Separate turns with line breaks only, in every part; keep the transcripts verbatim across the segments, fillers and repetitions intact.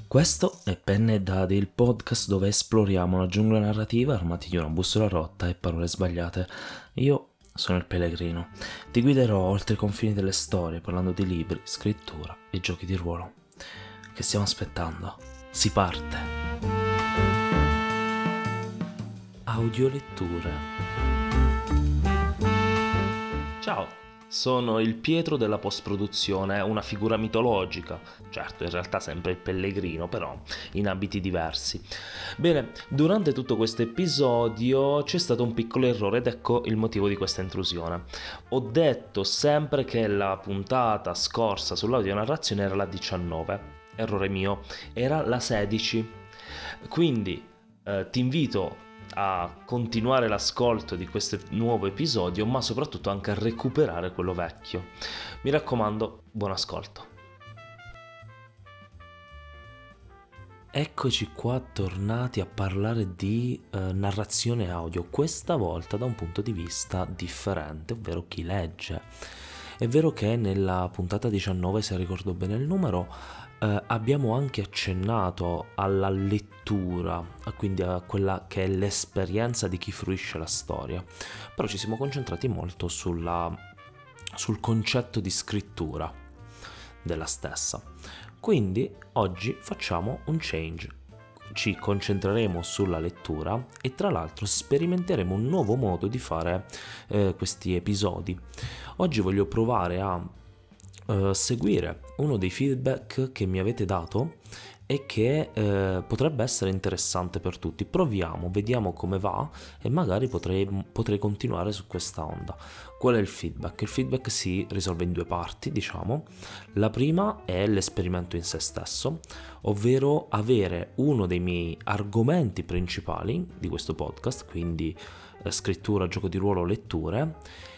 Questo è Penne e Dadi, il podcast dove esploriamo la giungla narrativa armati di una bussola rotta e parole sbagliate. Io sono il Pellegrino. Ti guiderò oltre i confini delle storie parlando di libri, scrittura e giochi di ruolo. Che stiamo aspettando? Si parte! Audioletture. Ciao! Sono il Pietro della post-produzione, una figura mitologica, certo in realtà sempre il Pellegrino, però in abiti diversi. Bene, durante tutto questo episodio c'è stato un piccolo errore ed ecco il motivo di questa intrusione. Ho detto sempre che la puntata scorsa sull'audionarrazione era la diciannove, errore mio, era la sedici, quindi eh, ti invito a continuare l'ascolto di questo nuovo episodio, ma soprattutto anche a recuperare quello vecchio. Mi raccomando, buon ascolto. Eccoci qua tornati a parlare di eh, narrazione audio, questa volta da un punto di vista differente, ovvero chi legge. È vero che nella puntata diciannove, se ricordo bene il numero, Uh, abbiamo anche accennato alla lettura, quindi a quella che è l'esperienza di chi fruisce la storia, però ci siamo concentrati molto sulla, sul concetto di scrittura della stessa. Quindi oggi facciamo un change, ci concentreremo sulla lettura e tra l'altro sperimenteremo un nuovo modo di fare eh, questi episodi. Oggi voglio provare a Uh, seguire uno dei feedback che mi avete dato e che uh, potrebbe essere interessante per tutti. Proviamo, vediamo come va e magari potrei, potrei continuare su questa onda. Qual è il feedback? Il feedback si risolve in due parti, diciamo. La prima è l'esperimento in se stesso, ovvero avere uno dei miei argomenti principali di questo podcast, quindi uh, scrittura, gioco di ruolo, letture,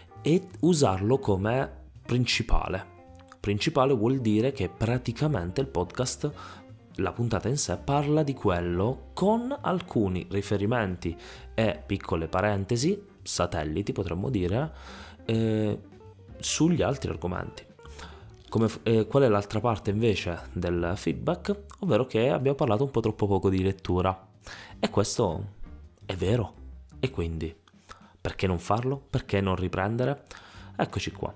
e usarlo come principale. Principale vuol dire che praticamente il podcast, la puntata in sé, parla di quello con alcuni riferimenti e piccole parentesi, satelliti potremmo dire, eh, sugli altri argomenti. Come, eh, qual è l'altra parte invece del feedback? Ovvero che abbiamo parlato un po' troppo poco di lettura. E questo è vero. E quindi, perché non farlo? Perché non riprendere? Eccoci qua.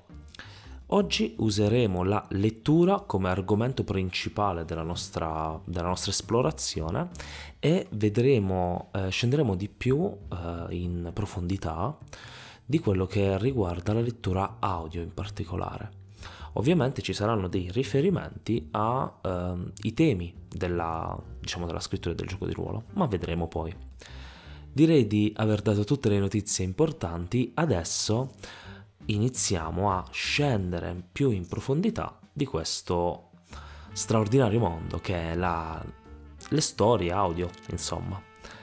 Oggi useremo la lettura come argomento principale della nostra, della nostra esplorazione e vedremo, eh, scenderemo di più eh, in profondità di quello che riguarda la lettura audio in particolare. Ovviamente ci saranno dei riferimenti ai eh, temi della, diciamo, della scrittura e del gioco di ruolo, ma vedremo poi. Direi di aver dato tutte le notizie importanti, adesso iniziamo a scendere più in profondità di questo straordinario mondo che è la, le storie audio, insomma.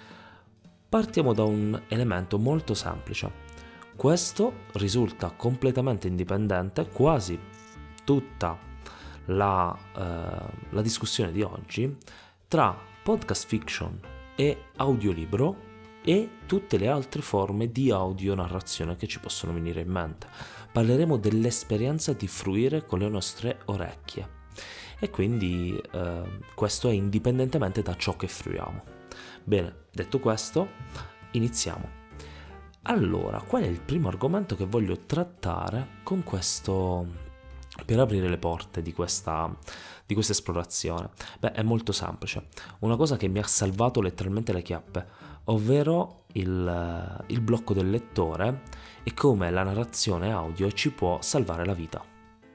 Partiamo da un elemento molto semplice. Questo risulta completamente indipendente, quasi tutta la, eh, la discussione di oggi, tra podcast fiction e audiolibro e tutte le altre forme di audionarrazione che ci possono venire in mente. Parleremo dell'esperienza di fruire con le nostre orecchie e quindi eh, questo è indipendentemente da ciò che fruiamo. Bene, detto questo, iniziamo. Allora, qual è il primo argomento che voglio trattare con questo, per aprire le porte di questa, di questa esplorazione? Beh, è molto semplice. Una cosa che mi ha salvato letteralmente le chiappe, ovvero il, il blocco del lettore e come la narrazione audio ci può salvare la vita.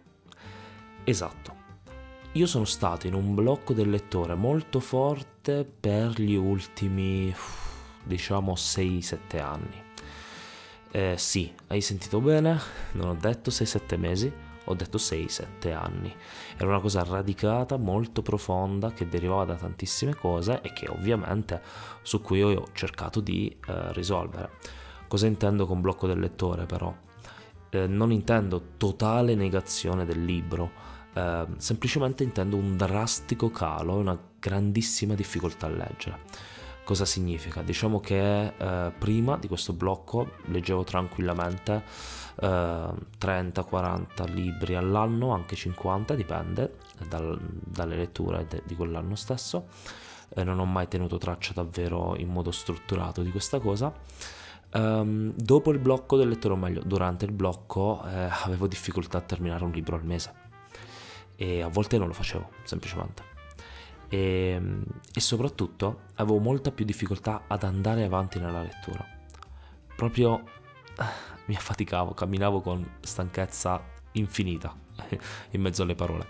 Esatto. Io sono stato in un blocco del lettore molto forte per gli ultimi, diciamo, sei sette anni. Eh, sì, hai sentito bene, non ho detto sei sette mesi, ho detto sei sette anni. Era una cosa radicata, molto profonda, che derivava da tantissime cose e che ovviamente su cui io ho cercato di eh, risolvere. Cosa intendo con blocco del lettore però? Eh, non intendo totale negazione del libro, eh, semplicemente intendo un drastico calo e una grandissima difficoltà a leggere. Cosa significa? Diciamo che eh, prima di questo blocco leggevo tranquillamente eh, trenta quaranta libri all'anno, anche cinquanta, dipende dal, dalle letture de, di quell'anno stesso. Eh, non ho mai tenuto traccia davvero in modo strutturato di questa cosa. Um, dopo il blocco del lettore, o meglio, durante il blocco, eh, avevo difficoltà a terminare un libro al mese e a volte non lo facevo, semplicemente. E, e soprattutto avevo molta più difficoltà ad andare avanti nella lettura. Proprio eh, mi affaticavo, camminavo con stanchezza infinita in mezzo alle parole.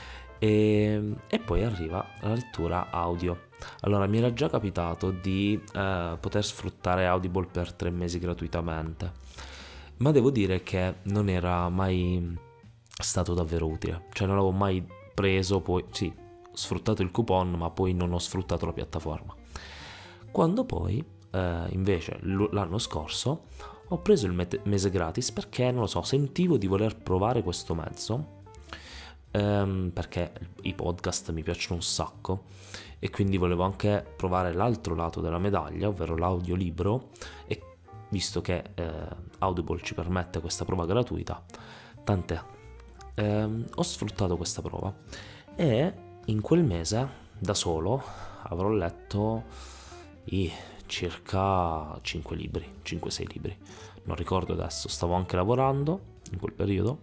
E, e poi arriva la lettura audio. Allora, mi era già capitato di eh, poter sfruttare Audible per tre mesi gratuitamente, ma devo dire che non era mai stato davvero utile. Cioè non l'avevo mai preso, poi sì, sfruttato il coupon, ma poi non ho sfruttato la piattaforma. Quando poi eh, invece l'anno scorso ho preso il mese gratis perché, non lo so, sentivo di voler provare questo mezzo, ehm, perché i podcast mi piacciono un sacco e quindi volevo anche provare l'altro lato della medaglia, ovvero l'audiolibro, e visto che eh, Audible ci permette questa prova gratuita, tant'è, ehm, ho sfruttato questa prova e in quel mese da solo avrò letto i circa cinque libri, cinque sei libri, non ricordo adesso, stavo anche lavorando in quel periodo,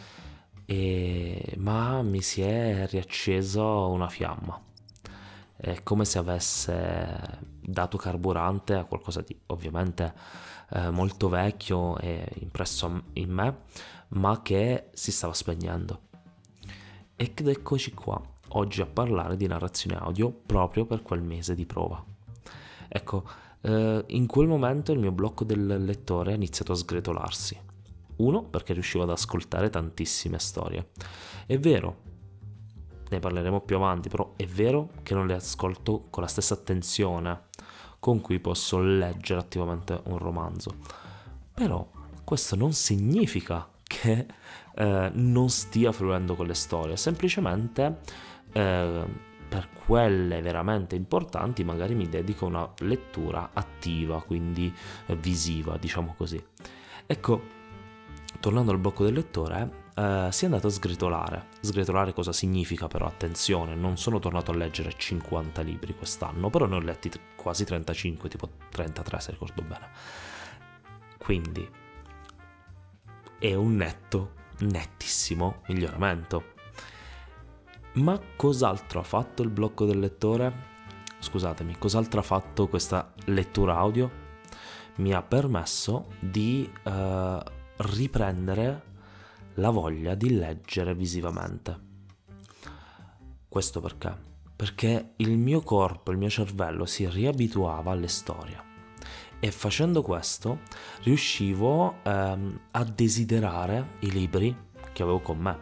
e... ma mi si è riaccesa una fiamma. È come se avesse dato carburante a qualcosa di ovviamente eh, molto vecchio e impresso in me, ma che si stava spegnendo. Ed eccoci qua, oggi a parlare di narrazione audio proprio per quel mese di prova. Ecco, eh, in quel momento il mio blocco del lettore ha iniziato a sgretolarsi. Uno, perché riuscivo ad ascoltare tantissime storie. È vero, ne parleremo più avanti, però è vero che non le ascolto con la stessa attenzione con cui posso leggere attivamente un romanzo. Però questo non significa che eh, non stia fruendo con le storie, semplicemente eh, per quelle veramente importanti magari mi dedico a una lettura attiva, quindi eh, visiva, diciamo così. Ecco, tornando al blocco del lettore, eh, si è andato a sgretolare. Sgretolare cosa significa però? Attenzione, non sono tornato a leggere cinquanta libri quest'anno, però ne ho letti t- quasi trentacinque, tipo trentatré se ricordo bene. Quindi è un netto, nettissimo miglioramento. Ma cos'altro ha fatto il blocco del lettore? Scusatemi, cos'altro ha fatto questa lettura audio? Mi ha permesso di uh, riprendere la voglia di leggere visivamente. Questo perché? Perché il mio corpo, il mio cervello si riabituava alle storie e facendo questo riuscivo um, a desiderare i libri che avevo con me.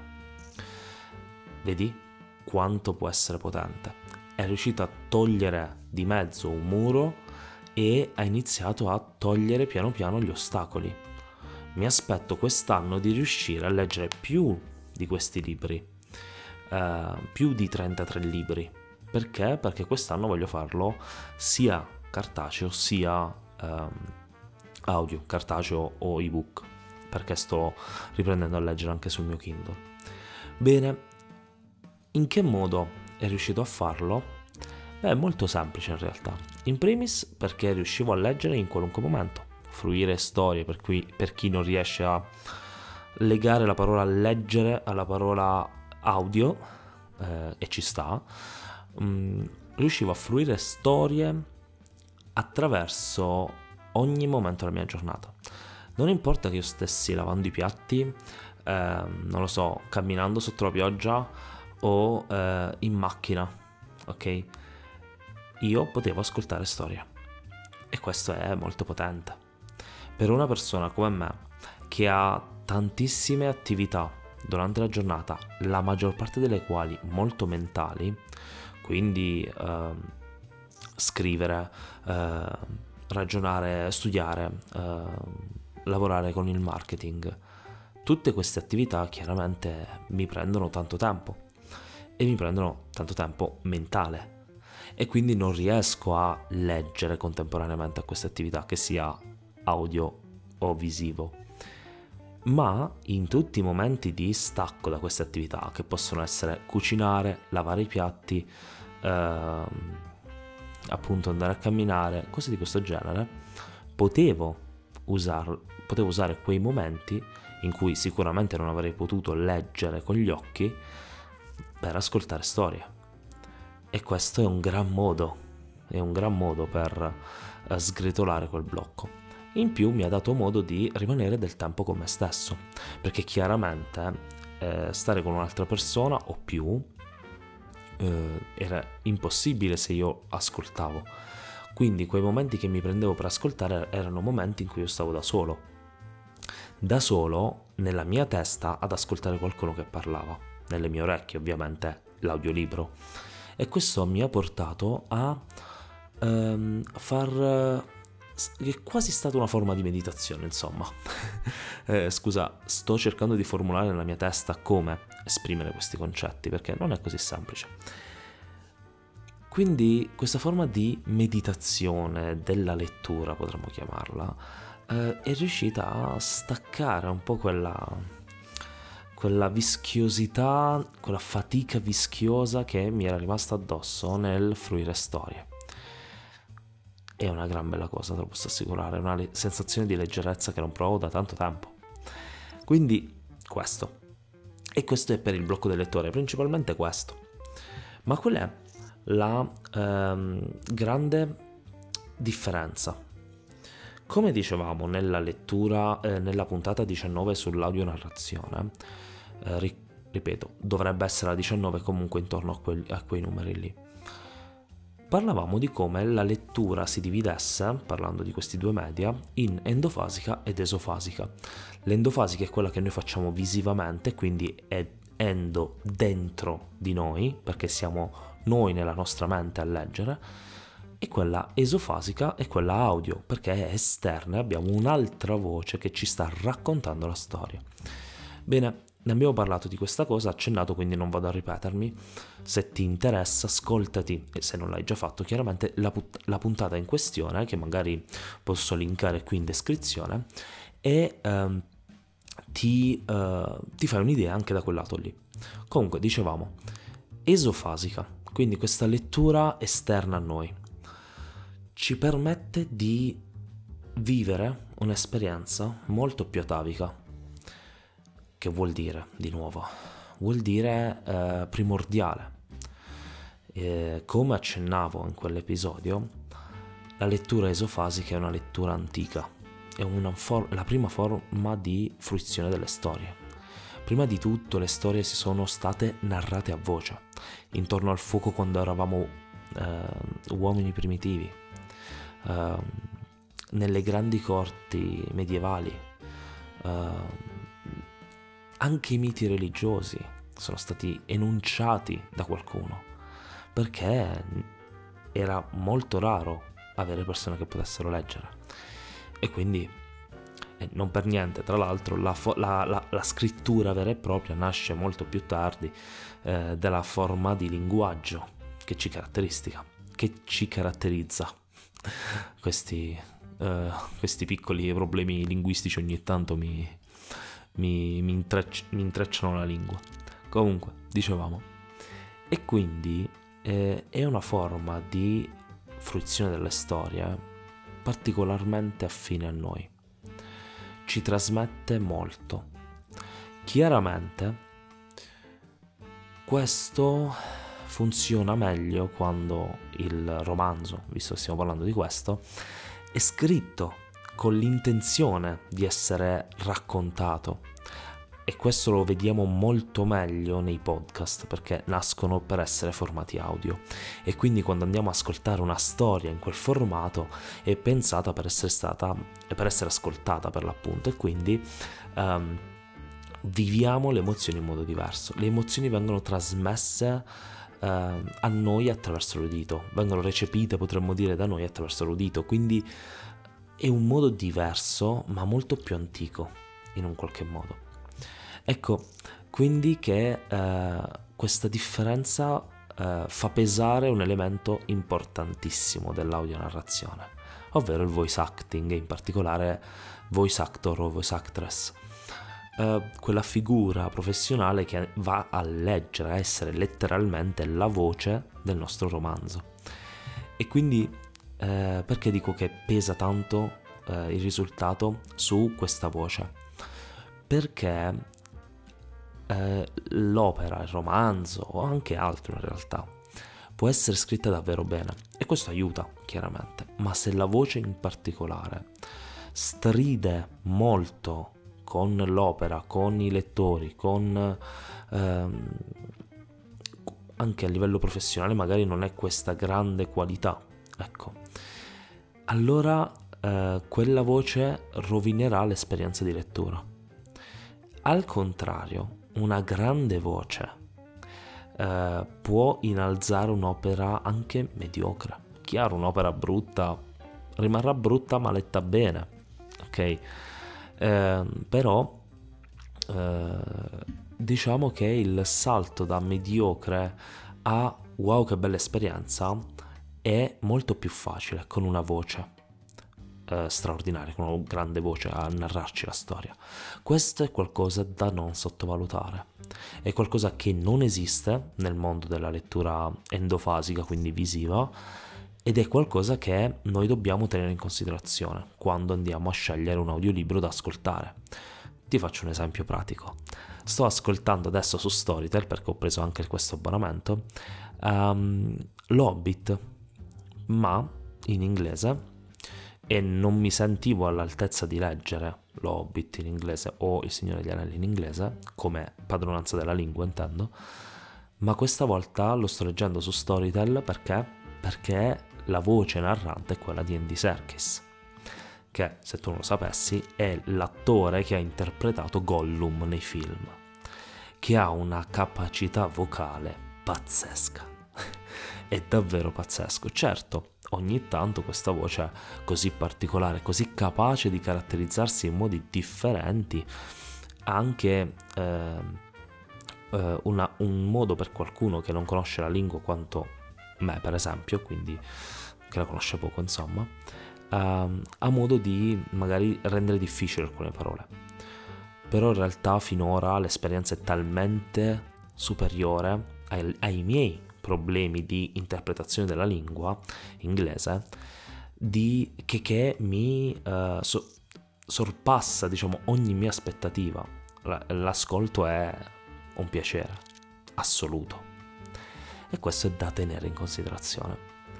Vedi quanto può essere potente? È riuscito a togliere di mezzo un muro e ha iniziato a togliere piano piano gli ostacoli. Mi aspetto quest'anno di riuscire a leggere più di questi libri, eh, più di trentatré libri. Perché? Perché quest'anno voglio farlo sia cartaceo sia eh, audio, cartaceo o ebook, perché sto riprendendo a leggere anche sul mio Kindle. Bene, in che modo è riuscito a farlo? Beh, è molto semplice in realtà. In primis perché riuscivo a leggere in qualunque momento, fruire storie, per cui per chi non riesce a legare la parola leggere alla parola audio, eh, e ci sta, mh, riuscivo a fruire storie attraverso ogni momento della mia giornata. Non importa che io stessi lavando i piatti, eh, non lo so, camminando sotto la pioggia o eh, in macchina, ok? Io potevo ascoltare storie e questo è molto potente. Per una persona come me che ha tantissime attività durante la giornata, la maggior parte delle quali molto mentali, quindi eh, scrivere, eh, ragionare, studiare, eh, lavorare con il marketing, tutte queste attività chiaramente mi prendono tanto tempo e mi prendono tanto tempo mentale. e quindi non riesco a leggere contemporaneamente a queste attività, che sia audio o visivo. Ma in tutti i momenti di stacco da queste attività, che possono essere cucinare, lavare i piatti, ehm, appunto andare a camminare, cose di questo genere, potevo usar, potevo usare quei momenti in cui sicuramente non avrei potuto leggere con gli occhi per ascoltare storie. E questo è un gran modo, è un gran modo per eh, sgretolare quel blocco. In più mi ha dato modo di rimanere del tempo con me stesso, perché chiaramente eh, stare con un'altra persona o più eh, era impossibile se io ascoltavo. Quindi quei momenti che mi prendevo per ascoltare erano momenti in cui io stavo da solo, da solo nella mia testa ad ascoltare qualcuno che parlava, nelle mie orecchie ovviamente l'audiolibro. E questo mi ha portato a ehm, far... è quasi stata una forma di meditazione, insomma. eh, scusa, sto cercando di formulare nella mia testa come esprimere questi concetti, perché non è così semplice. Quindi questa forma di meditazione della lettura, potremmo chiamarla, eh, è riuscita a staccare un po' quella... quella vischiosità, quella fatica vischiosa che mi era rimasta addosso nel fruire storie. È una gran bella cosa, te lo posso assicurare, è una le- sensazione di leggerezza che non provo da tanto tempo. Quindi questo. E questo è per il blocco del lettore, principalmente questo. Ma qual è la ehm, grande differenza? Come dicevamo nella lettura, eh, nella puntata diciannove sull'audionarrazione, eh, ri- ripeto, dovrebbe essere la diciannove comunque intorno a, quel- a quei numeri lì. Parlavamo di come la lettura si dividesse, parlando di questi due media, in endofasica ed esofasica. L'endofasica è quella che noi facciamo visivamente, quindi è endo dentro di noi, perché siamo noi nella nostra mente a leggere, e quella esofasica è quella audio, perché è esterna, abbiamo un'altra voce che ci sta raccontando la storia. Bene, ne abbiamo parlato di questa cosa, accennato, quindi non vado a ripetermi. Se ti interessa, ascoltati, e se non l'hai già fatto, chiaramente la, put- la puntata in questione, che magari posso linkare qui in descrizione, e ehm, ti, eh, ti fai un'idea anche da quel lato lì. Comunque, dicevamo, esofasica, quindi questa lettura esterna a noi, ci permette di vivere un'esperienza molto più atavica. Che vuol dire, di nuovo? Vuol dire eh, primordiale. Eh, come accennavo in quell'episodio, la lettura esofasica è una lettura antica, è una for- la prima forma di fruizione delle storie. Prima di tutto le storie si sono state narrate a voce, intorno al fuoco quando eravamo eh, uomini primitivi, eh, nelle grandi corti medievali, eh, anche i miti religiosi sono stati enunciati da qualcuno, perché era molto raro avere persone che potessero leggere. E quindi, eh, non per niente, tra l'altro, la, fo- la, la, la scrittura vera e propria nasce molto più tardi eh, della forma di linguaggio che ci caratteristica, che ci caratterizza. Questi, eh, questi piccoli problemi linguistici ogni tanto mi... Mi, mi, intrecci, mi intrecciano la lingua. Comunque, dicevamo, e quindi eh, è una forma di fruizione delle storie particolarmente affine a noi, ci trasmette molto. Chiaramente questo funziona meglio quando il romanzo, visto che stiamo parlando di questo, è scritto con l'intenzione di essere raccontato, e questo lo vediamo molto meglio nei podcast, perché nascono per essere formati audio, e quindi quando andiamo a ascoltare una storia in quel formato è pensata per essere stata per essere ascoltata, per l'appunto, e quindi um, viviamo le emozioni in modo diverso. Le emozioni vengono trasmesse uh, a noi attraverso l'udito, vengono recepite, potremmo dire, da noi attraverso l'udito, quindi è un modo diverso, ma molto più antico, in un qualche modo. Ecco, quindi che eh, questa differenza eh, fa pesare un elemento importantissimo dell'audionarrazione, ovvero il voice acting, e in particolare voice actor o voice actress. Uh, quella figura professionale che va a leggere, a essere letteralmente la voce del nostro romanzo. E quindi uh, perché dico che pesa tanto uh, il risultato su questa voce? Perché uh, l'opera, il romanzo o anche altro in realtà può essere scritta davvero bene, e questo aiuta chiaramente, ma se la voce in particolare stride molto con l'opera, con i lettori, con ehm, anche a livello professionale magari non è questa grande qualità, ecco, allora eh, quella voce rovinerà l'esperienza di lettura. Al contrario, una grande voce eh, può innalzare un'opera anche mediocre. Chiaro, un'opera brutta rimarrà brutta ma letta bene, ok? Eh, però eh, diciamo che il salto da mediocre a wow che bella esperienza è molto più facile con una voce eh, straordinaria, con una grande voce a narrarci la storia. Questo è qualcosa da non sottovalutare, è qualcosa che non esiste nel mondo della lettura endofasica, quindi visiva, ed è qualcosa che noi dobbiamo tenere in considerazione quando andiamo a scegliere un audiolibro da ascoltare. Ti faccio un esempio pratico. Sto ascoltando adesso su Storytel, perché ho preso anche questo abbonamento, um, l'Hobbit, ma in inglese, e non mi sentivo all'altezza di leggere l'Hobbit in inglese o Il Signore degli Anelli in inglese, come padronanza della lingua intendo, ma questa volta lo sto leggendo su Storytel perché? Perché la voce narrante è quella di Andy Serkis, che, se tu non lo sapessi, è l'attore che ha interpretato Gollum nei film, che ha una capacità vocale pazzesca. È davvero pazzesco. Certo, ogni tanto questa voce così particolare, così capace di caratterizzarsi in modi differenti, ha anche eh, eh, una, un modo per qualcuno che non conosce la lingua quanto me, per esempio, quindi che la conosce poco, insomma, uh, ha modo di magari rendere difficili alcune parole. Però in realtà finora l'esperienza è talmente superiore ai, ai miei problemi di interpretazione della lingua inglese di, che, che mi uh, so, sorpassa, diciamo, ogni mia aspettativa. L'ascolto è un piacere assoluto. E questo è da tenere in considerazione.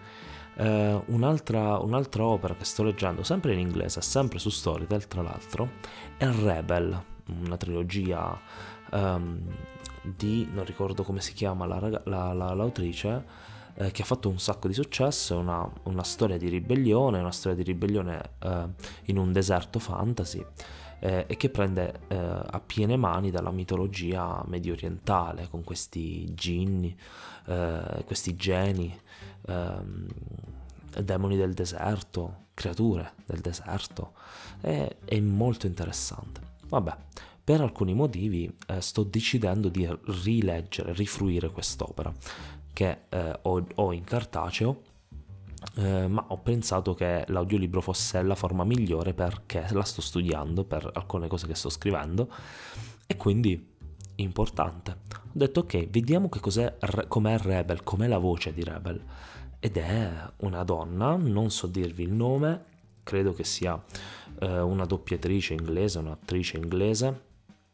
Uh, un'altra, un'altra opera che sto leggendo, sempre in inglese, sempre su Storytel tra l'altro, è Rebel, una trilogia um, di, non ricordo come si chiama la, la, la, l'autrice, eh, che ha fatto un sacco di successo. È una, una storia di ribellione, una storia di ribellione eh, in un deserto fantasy, eh, e che prende eh, a piene mani dalla mitologia medio orientale, con questi ginni, eh, questi geni, ehm, demoni del deserto, creature del deserto. È, è molto interessante. Vabbè, per alcuni motivi eh, sto decidendo di rileggere, rifruire quest'opera che eh, ho, ho in cartaceo, eh, ma ho pensato che l'audiolibro fosse la forma migliore perché la sto studiando per alcune cose che sto scrivendo, e quindi importante. Ho detto ok, vediamo che cos'è, com'è Rebel, com'è la voce di Rebel, ed è una donna, non so dirvi il nome, credo che sia eh, una doppiatrice inglese, un'attrice inglese,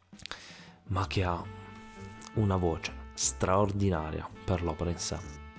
ma che ha una voce straordinaria per l'opera in sé.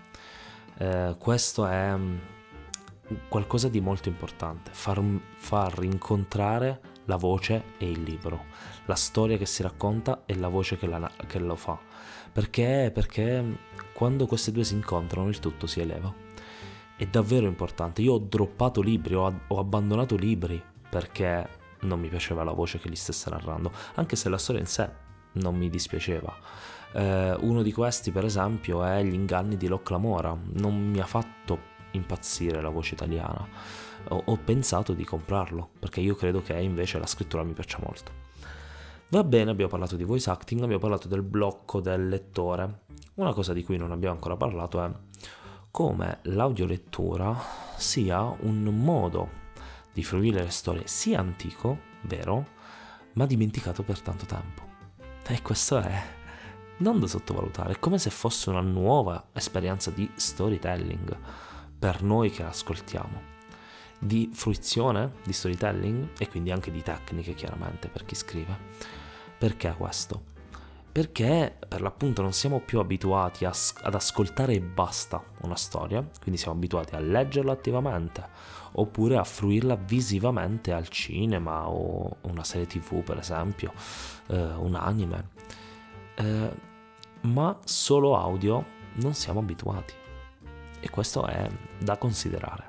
Eh, questo è qualcosa di molto importante, far, far incontrare la voce e il libro, la storia che si racconta e la voce che, la, che lo fa, perché, perché quando queste due si incontrano il tutto si eleva. È davvero importante. Io ho droppato libri, ho, ho abbandonato libri perché non mi piaceva la voce che li stesse narrando, anche se la storia in sé non mi dispiaceva. Eh, uno di questi, per esempio, è Gli inganni di Locke Lamora. Non mi ha fatto impazzire la voce italiana. Ho, ho pensato di comprarlo perché io credo che invece la scrittura mi piaccia molto. Va bene, abbiamo parlato di voice acting, abbiamo parlato del blocco del lettore. una cosa di cui non abbiamo ancora parlato è come l'audiolettura sia un modo di fruire le storie sia antico, vero, ma dimenticato per tanto tempo. E questo è non da sottovalutare, è come se fosse una nuova esperienza di storytelling per noi che ascoltiamo, di fruizione di storytelling e quindi anche di tecniche, chiaramente, per chi scrive. Perché questo? Perché per l'appunto non siamo più abituati a, ad ascoltare e basta una storia, quindi siamo abituati a leggerla attivamente oppure a fruirla visivamente al cinema o una serie tv, per esempio, eh, un anime, eh, ma solo audio non siamo abituati, e questo è da considerare.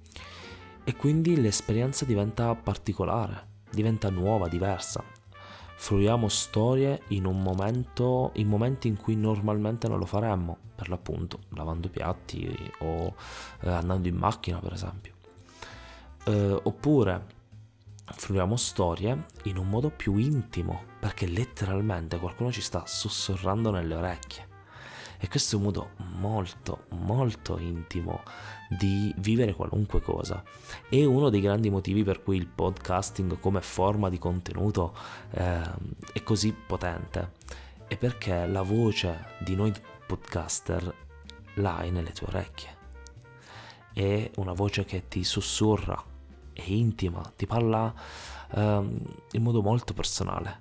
E quindi l'esperienza diventa particolare, diventa nuova, diversa. Fruiamo storie in un momento, in momenti in cui normalmente non lo faremmo, per l'appunto lavando i piatti o eh, andando in macchina, per esempio. Eh, oppure fruiamo storie in un modo più intimo, perché letteralmente qualcuno ci sta sussurrando nelle orecchie. E questo è un modo molto, molto intimo di vivere qualunque cosa. È uno dei grandi motivi per cui il podcasting come forma di contenuto eh, è così potente. È perché la voce di noi podcaster l'hai nelle tue orecchie. È una voce che ti sussurra, è intima, ti parla eh, in modo molto personale.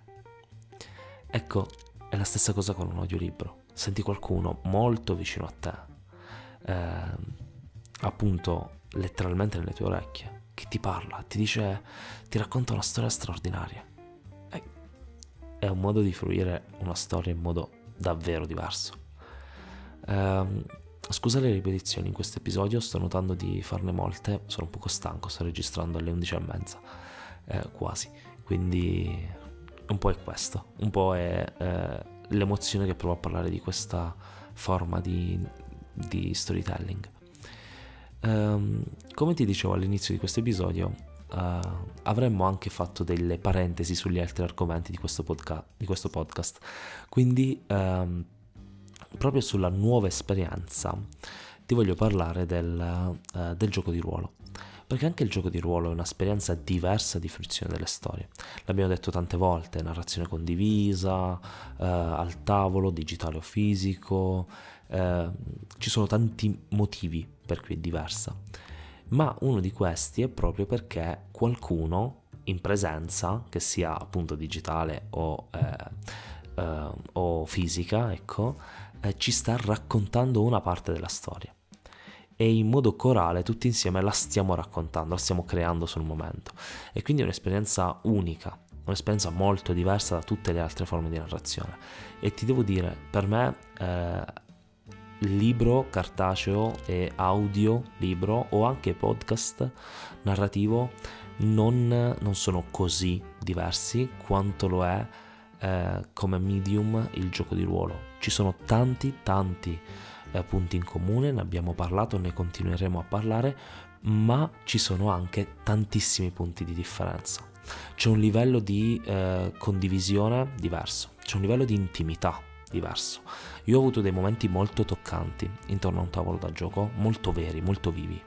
Ecco, è la stessa cosa con un audiolibro. Senti qualcuno molto vicino a te, eh, appunto letteralmente nelle tue orecchie, che ti parla, ti dice, ti racconta una storia straordinaria. Eh, è un modo di fruire una storia in modo davvero diverso. Eh, scusa le ripetizioni in questo episodio, sto notando di farne molte, sono un poco stanco, sto registrando alle undici e mezza, eh, quasi, quindi un po' è questo, un po' è... Eh, l'emozione che provo a parlare di questa forma di, di storytelling. Um, come ti dicevo all'inizio di questo episodio, uh, avremmo anche fatto delle parentesi sugli altri argomenti di questo, podca- di questo podcast, quindi um, proprio sulla nuova esperienza ti voglio parlare del, uh, del gioco di ruolo. Perché anche il gioco di ruolo è un'esperienza diversa di fruizione delle storie. L'abbiamo detto tante volte, narrazione condivisa, eh, al tavolo, digitale o fisico, eh, ci sono tanti motivi per cui è diversa. Ma uno di questi è proprio perché qualcuno in presenza, che sia appunto digitale o, eh, eh, o fisica, ecco, eh, ci sta raccontando una parte della storia. E in modo corale tutti insieme la stiamo raccontando, la stiamo creando sul momento, e quindi è un'esperienza unica, un'esperienza molto diversa da tutte le altre forme di narrazione. E ti devo dire, per me eh, libro cartaceo e audio libro o anche podcast narrativo non, non sono così diversi quanto lo è eh, come medium il gioco di ruolo. Ci sono tanti tanti Eh, punti in comune, ne abbiamo parlato, ne continueremo a parlare, ma ci sono anche tantissimi punti di differenza. C'è un livello di eh, condivisione diverso, c'è un livello di intimità diverso. Io ho avuto dei momenti molto toccanti intorno a un tavolo da gioco, molto veri, molto vivi,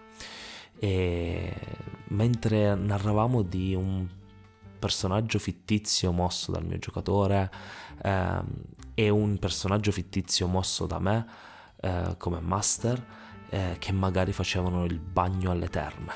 e mentre narravamo di un personaggio fittizio mosso dal mio giocatore ehm, e un personaggio fittizio mosso da me Eh, come master, eh, che magari facevano il bagno alle terme.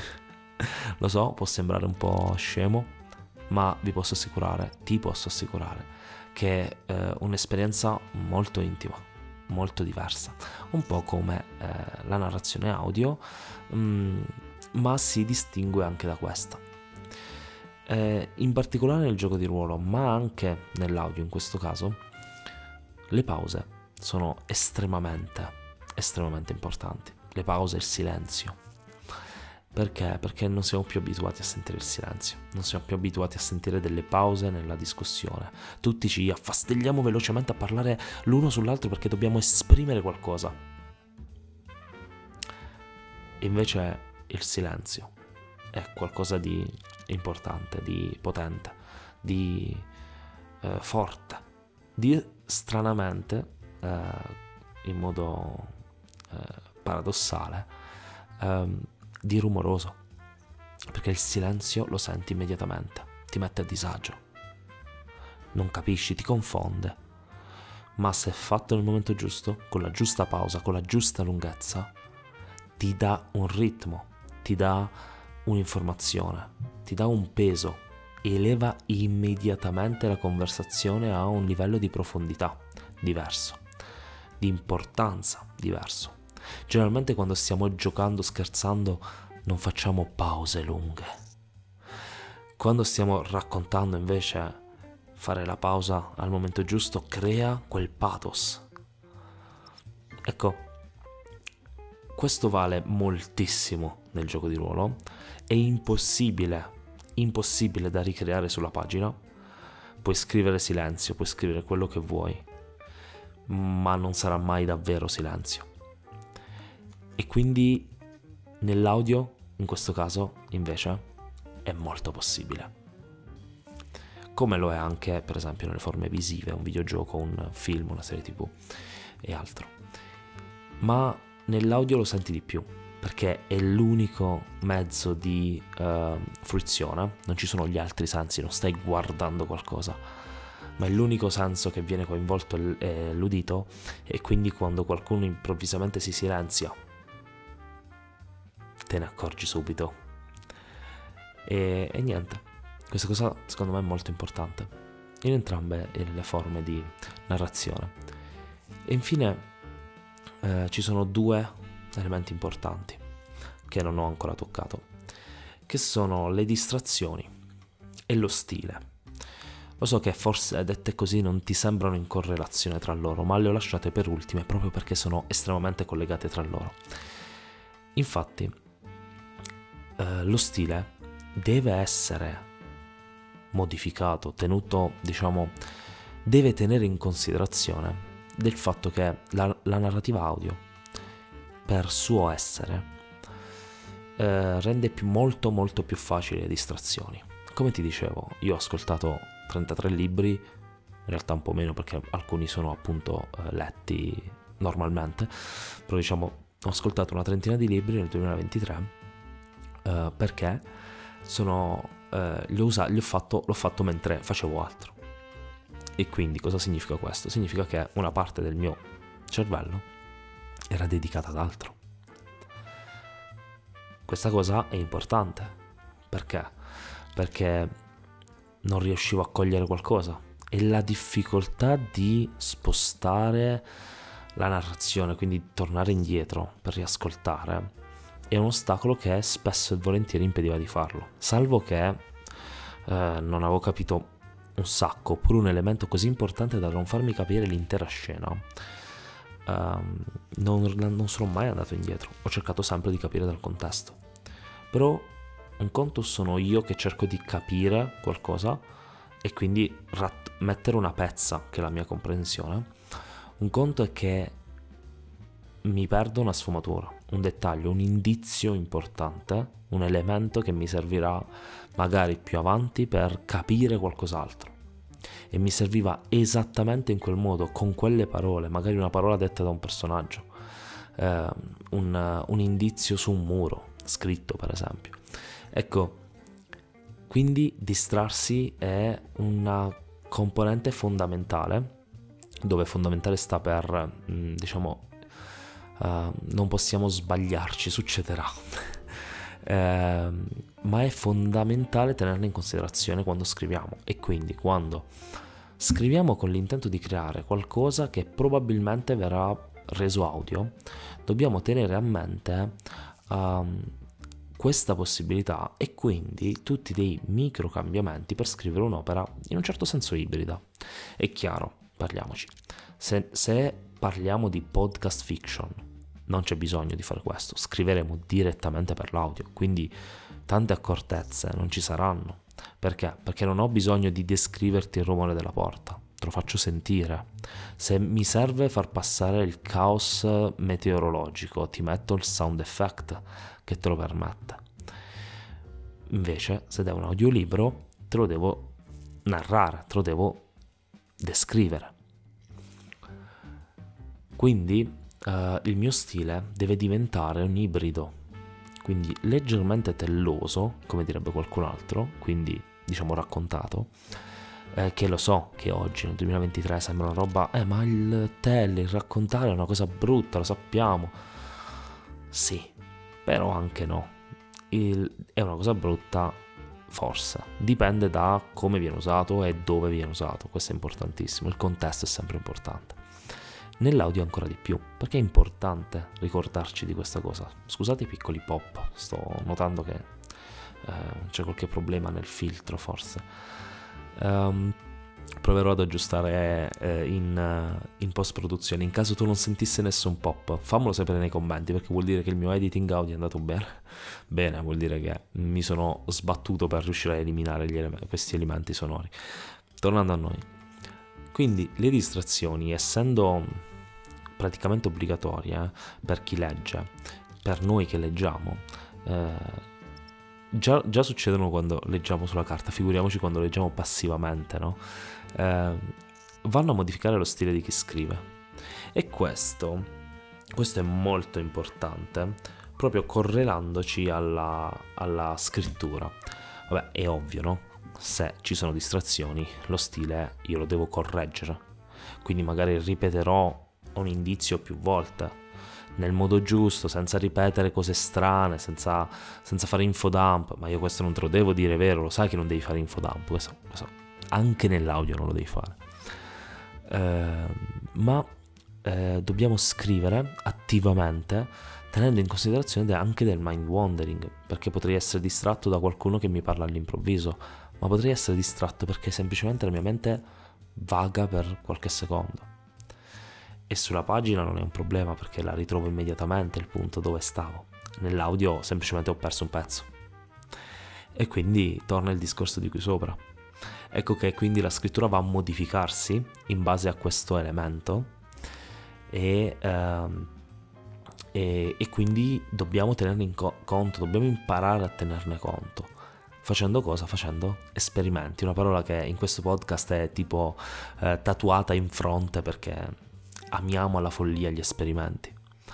Lo so, può sembrare un po' scemo, ma vi posso assicurare, ti posso assicurare che è eh, un'esperienza molto intima, molto diversa, un po' come eh, la narrazione audio, mh, ma si distingue anche da questa. Eh, in particolare nel gioco di ruolo, ma anche nell'audio in questo caso, le pause sono estremamente, estremamente importanti. Le pause e il silenzio. Perché? Perché non siamo più abituati a sentire il silenzio, non siamo più abituati a sentire delle pause nella discussione. Tutti ci affastelliamo velocemente a parlare l'uno sull'altro perché dobbiamo esprimere qualcosa. E invece il silenzio è qualcosa di importante, di potente, di eh, forte, di stranamente... Uh, in modo eh, paradossale, ehm, di rumoroso, perché il silenzio lo senti immediatamente, ti mette a disagio, non capisci, ti confonde, ma se fatto nel momento giusto, con la giusta pausa, con la giusta lunghezza, ti dà un ritmo, ti dà un'informazione, ti dà un peso, eleva immediatamente la conversazione a un livello di profondità diverso, di importanza diverso. Generalmente quando stiamo giocando, scherzando, non facciamo pause lunghe. Quando stiamo raccontando, invece, fare la pausa al momento giusto crea quel pathos. Ecco, questo vale moltissimo nel gioco di ruolo. È impossibile, impossibile da ricreare sulla pagina. Puoi scrivere silenzio, puoi scrivere quello che vuoi, ma non sarà mai davvero silenzio. E quindi nell'audio, in questo caso, invece, è molto possibile. Come lo è anche, per esempio, nelle forme visive, un videogioco, un film, una serie tivù e altro. Ma nell'audio lo senti di più, perché è l'unico mezzo di uh, fruizione, non ci sono gli altri sensi, non stai guardando qualcosa, ma è l'unico senso che viene coinvolto è l'udito, e quindi quando qualcuno improvvisamente si silenzia, te ne accorgi subito. E, e niente, questa cosa secondo me è molto importante in entrambe le forme di narrazione. E infine eh, ci sono due elementi importanti che non ho ancora toccato, che sono le distrazioni e lo stile. Lo so che forse dette così non ti sembrano in correlazione tra loro, ma le ho lasciate per ultime proprio perché sono estremamente collegate tra loro. Infatti eh, lo stile deve essere modificato, tenuto, diciamo, deve tenere in considerazione del fatto che la, la narrativa audio, per suo essere, eh, rende più, molto molto più facile le distrazioni. Come ti dicevo, io ho ascoltato trentatré libri, in realtà un po' meno perché alcuni sono appunto eh, letti normalmente, però diciamo ho ascoltato una trentina di libri nel duemilaventitré eh, perché sono eh, li ho usato, li ho fatto, l'ho fatto mentre facevo altro. E quindi cosa significa questo? Significa che una parte del mio cervello era dedicata ad altro. Questa cosa è importante. Perché? Perché non riuscivo a cogliere qualcosa, e la difficoltà di spostare la narrazione, quindi tornare indietro per riascoltare, è un ostacolo che spesso e volentieri impediva di farlo, salvo che eh, non avevo capito un sacco, oppure un elemento così importante da non farmi capire l'intera scena. Um, non, non sono mai andato indietro, ho cercato sempre di capire dal contesto. Però un conto sono io che cerco di capire qualcosa e quindi rat- mettere una pezza che è la mia comprensione. Un conto è che mi perdo una sfumatura, un dettaglio, un indizio importante, un elemento che mi servirà magari più avanti per capire qualcos'altro. E mi serviva esattamente in quel modo, con quelle parole, magari una parola detta da un personaggio, eh, un, un indizio su un muro, scritto per esempio. Ecco, quindi distrarsi è una componente fondamentale, dove fondamentale sta per, diciamo, uh, non possiamo sbagliarci, succederà, eh, ma è fondamentale tenerla in considerazione quando scriviamo. E quindi quando scriviamo con l'intento di creare qualcosa che probabilmente verrà reso audio, dobbiamo tenere a mente um, questa possibilità, e quindi tutti dei micro cambiamenti per scrivere un'opera in un certo senso ibrida. È chiaro, parliamoci, se, se parliamo di podcast fiction non c'è bisogno di fare questo, scriveremo direttamente per l'audio, quindi tante accortezze non ci saranno. Perché? Perché non ho bisogno di descriverti il rumore della porta, te lo faccio sentire. Se mi serve far passare il caos meteorologico, ti metto il sound effect che te lo permette. Invece, se è un audiolibro, te lo devo narrare, te lo devo descrivere. Quindi uh, il mio stile deve diventare un ibrido, quindi leggermente telloso, come direbbe qualcun altro, quindi diciamo raccontato, eh, che lo so che oggi nel duemilaventitré sembra una roba, eh ma il tell, il raccontare è una cosa brutta, lo sappiamo. Sì, però anche no. Il, è una cosa brutta, forse. Dipende da come viene usato e dove viene usato, questo è importantissimo, il contesto è sempre importante. Nell'audio ancora di più, perché è importante ricordarci di questa cosa. Scusate i piccoli pop, sto notando che eh, c'è qualche problema nel filtro forse. Um, proverò ad aggiustare eh, in, in post produzione. In caso tu non sentissi nessun pop, fammelo sapere nei commenti, perché vuol dire che il mio editing audio è andato bene. Bene, vuol dire che mi sono sbattuto per riuscire a eliminare gli ele- questi elementi sonori. Tornando a noi, quindi le distrazioni, essendo praticamente obbligatorie eh, per chi legge, per noi che leggiamo, eh, già, già succedono quando leggiamo sulla carta, figuriamoci quando leggiamo passivamente, no? Eh, vanno a modificare lo stile di chi scrive, e questo, questo è molto importante, proprio correlandoci alla, alla scrittura. Vabbè, è ovvio, no? Se ci sono distrazioni, lo stile io lo devo correggere, quindi magari ripeterò un indizio più volte nel modo giusto, senza ripetere cose strane, senza, senza fare infodump. Ma io questo non te lo devo dire, vero? Lo sai che non devi fare infodump, questo, questo anche nell'audio non lo devi fare. Eh, ma eh, dobbiamo scrivere attivamente, tenendo in considerazione anche del mind wandering, perché potrei essere distratto da qualcuno che mi parla all'improvviso, ma potrei essere distratto perché semplicemente la mia mente vaga per qualche secondo. E sulla pagina non è un problema, perché la ritrovo immediatamente il punto dove stavo. Nell'audio semplicemente ho perso un pezzo. E quindi torna il discorso di qui sopra. Ecco che quindi la scrittura va a modificarsi in base a questo elemento e, ehm, e, e quindi dobbiamo tenerne in co- conto, dobbiamo imparare a tenerne conto. Facendo cosa? Facendo esperimenti, una parola che in questo podcast è tipo eh, tatuata in fronte, perché amiamo alla follia gli esperimenti.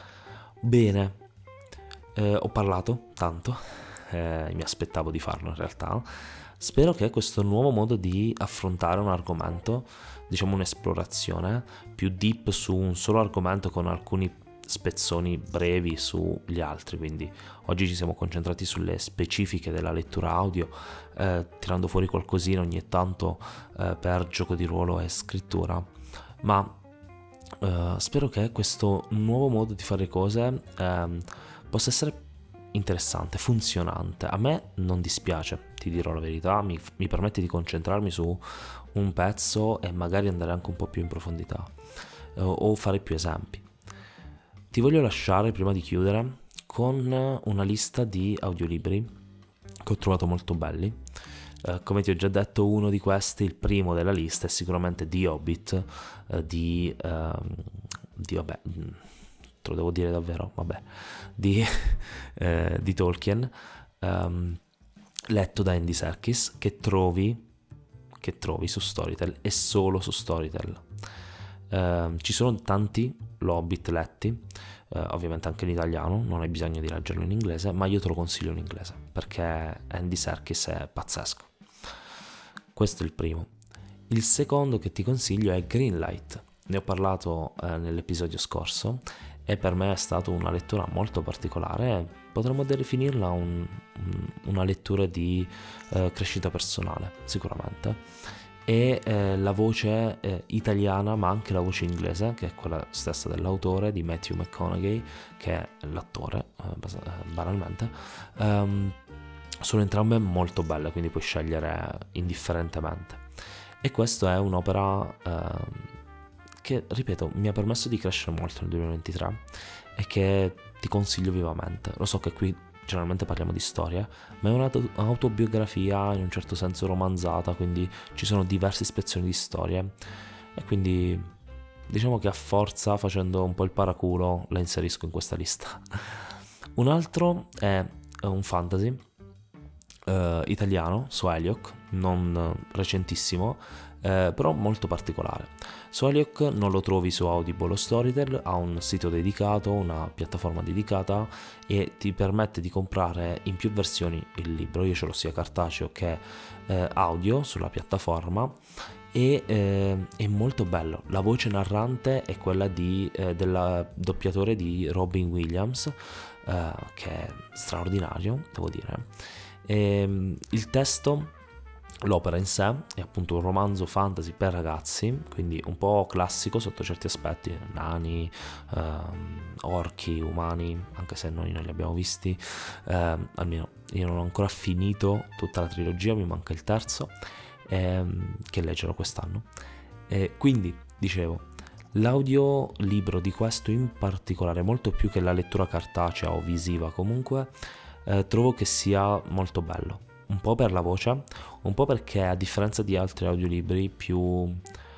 Bene, eh, ho parlato tanto, eh, mi aspettavo di farlo in realtà. Spero che questo nuovo modo di affrontare un argomento, diciamo un'esplorazione più deep su un solo argomento con alcuni spezzoni brevi sugli altri, quindi oggi ci siamo concentrati sulle specifiche della lettura audio, eh, tirando fuori qualcosina ogni tanto eh, per gioco di ruolo e scrittura, ma Uh, spero che questo nuovo modo di fare cose um, possa essere interessante, funzionante. A me non dispiace, ti dirò la verità, mi, mi permette di concentrarmi su un pezzo e magari andare anche un po' più in profondità uh, o fare più esempi. Ti voglio lasciare, prima di chiudere, con una lista di audiolibri che ho trovato molto belli. Uh, come ti ho già detto, uno di questi, il primo della lista, è sicuramente The Hobbit uh, di, uh, di vabbè, te lo devo dire davvero, vabbè, di, uh, di Tolkien, um, letto da Andy Serkis, che trovi, che trovi su Storytel e solo su Storytel. Uh, ci sono tanti Hobbit letti, Uh, ovviamente anche in italiano, non hai bisogno di leggerlo in inglese, ma io te lo consiglio in inglese perché Andy Serkis è pazzesco. Questo è il primo. Il secondo che ti consiglio è Greenlight. Ne ho parlato eh, nell'episodio scorso e per me è stata una lettura molto particolare. Potremmo definirla un, una lettura di eh, crescita personale, sicuramente. E eh, la voce eh, italiana, ma anche la voce inglese, che è quella stessa dell'autore, di Matthew McConaughey, che è l'attore, eh, banalmente, um, sono entrambe molto belle, quindi puoi scegliere indifferentemente. E questa è un'opera eh, che, ripeto, mi ha permesso di crescere molto nel duemilaventitré e che ti consiglio vivamente. Lo so che qui generalmente parliamo di storia, ma è un'autobiografia in un certo senso romanzata, quindi ci sono diverse spezzoni di storie e quindi diciamo che a forza, facendo un po' il paraculo, la inserisco in questa lista. Un altro è un fantasy uh, italiano su Eliok, non recentissimo, eh, però molto particolare. Swaliok non lo trovi su Audible o Storytel, ha un sito dedicato, una piattaforma dedicata e ti permette di comprare in più versioni il libro. Io ce l'ho sia cartaceo che eh, audio sulla piattaforma e eh, è molto bello. La voce narrante è quella di, eh, del doppiatore di Robin Williams, eh, che è straordinario, devo dire. E, il testo, l'opera in sé è appunto un romanzo fantasy per ragazzi, quindi un po' classico sotto certi aspetti, nani, ehm, orchi, umani, anche se noi non li abbiamo visti, ehm, almeno io non ho ancora finito tutta la trilogia, mi manca il terzo, ehm, che leggerò quest'anno. E quindi, dicevo, l'audiolibro di questo in particolare, molto più che la lettura cartacea o visiva comunque, eh, trovo che sia molto bello. Un po' per la voce, un po' perché a differenza di altri audiolibri più uh,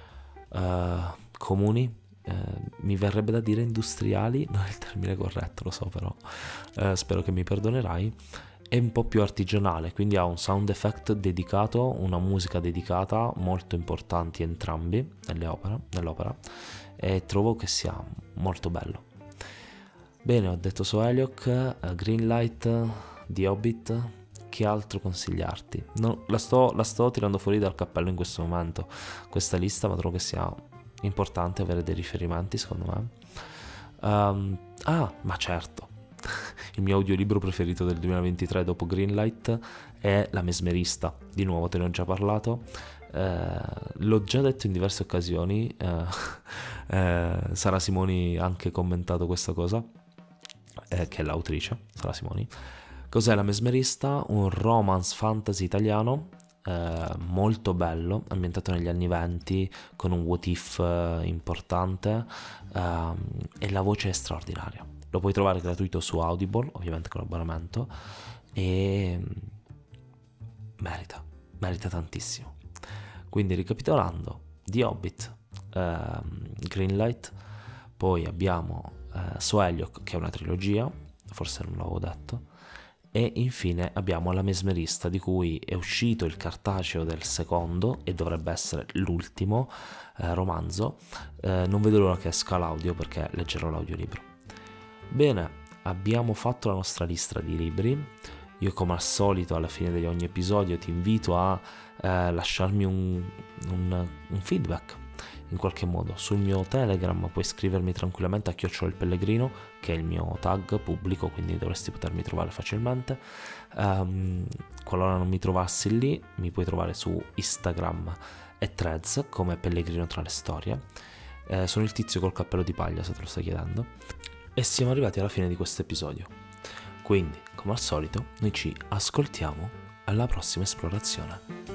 comuni, uh, mi verrebbe da dire industriali, non è il termine corretto, lo so però, uh, spero che mi perdonerai, è un po' più artigianale, quindi ha un sound effect dedicato, una musica dedicata, molto importanti entrambi nelle opere, nell'opera, e trovo che sia molto bello. Bene, ho detto Swaliok, uh, Greenlight, The Hobbit. Che altro consigliarti? No, la, sto, la sto tirando fuori dal cappello in questo momento, questa lista, ma trovo che sia importante avere dei riferimenti, secondo me. Um, ah, ma certo, il mio audiolibro preferito del duemilaventitré dopo Greenlight è La Mesmerista. Di nuovo te ne ho già parlato, eh, l'ho già detto in diverse occasioni, eh, eh, Sara Simoni ha anche commentato questa cosa, eh, che è l'autrice, Sara Simoni. Cos'è La Mesmerista? Un romance fantasy italiano eh, molto bello, ambientato negli anni venti, con un what if eh, importante, eh, e la voce è straordinaria. Lo puoi trovare gratuito su Audible, ovviamente con l'abbonamento, e merita, merita tantissimo. Quindi, ricapitolando, The Hobbit, eh, Greenlight, poi abbiamo eh, Swaliok, che è una trilogia, forse non l'avevo detto, e infine abbiamo La Mesmerista, di cui è uscito il cartaceo del secondo e dovrebbe essere l'ultimo eh, romanzo. Eh, non vedo l'ora che esca l'audio, perché leggerò l'audiolibro. Bene, abbiamo fatto la nostra lista di libri. Io, come al solito, alla fine di ogni episodio ti invito a eh, lasciarmi un, un, un feedback in qualche modo sul mio Telegram. Puoi scrivermi tranquillamente a chiocciola il pellegrino, che è il mio tag pubblico, quindi dovresti potermi trovare facilmente. Um, qualora non mi trovassi lì, mi puoi trovare su Instagram e Threads come Pellegrino tra le storie. Eh, sono il tizio col cappello di paglia, se te lo stai chiedendo. E siamo arrivati alla fine di questo episodio, quindi, come al solito, noi ci ascoltiamo alla prossima esplorazione.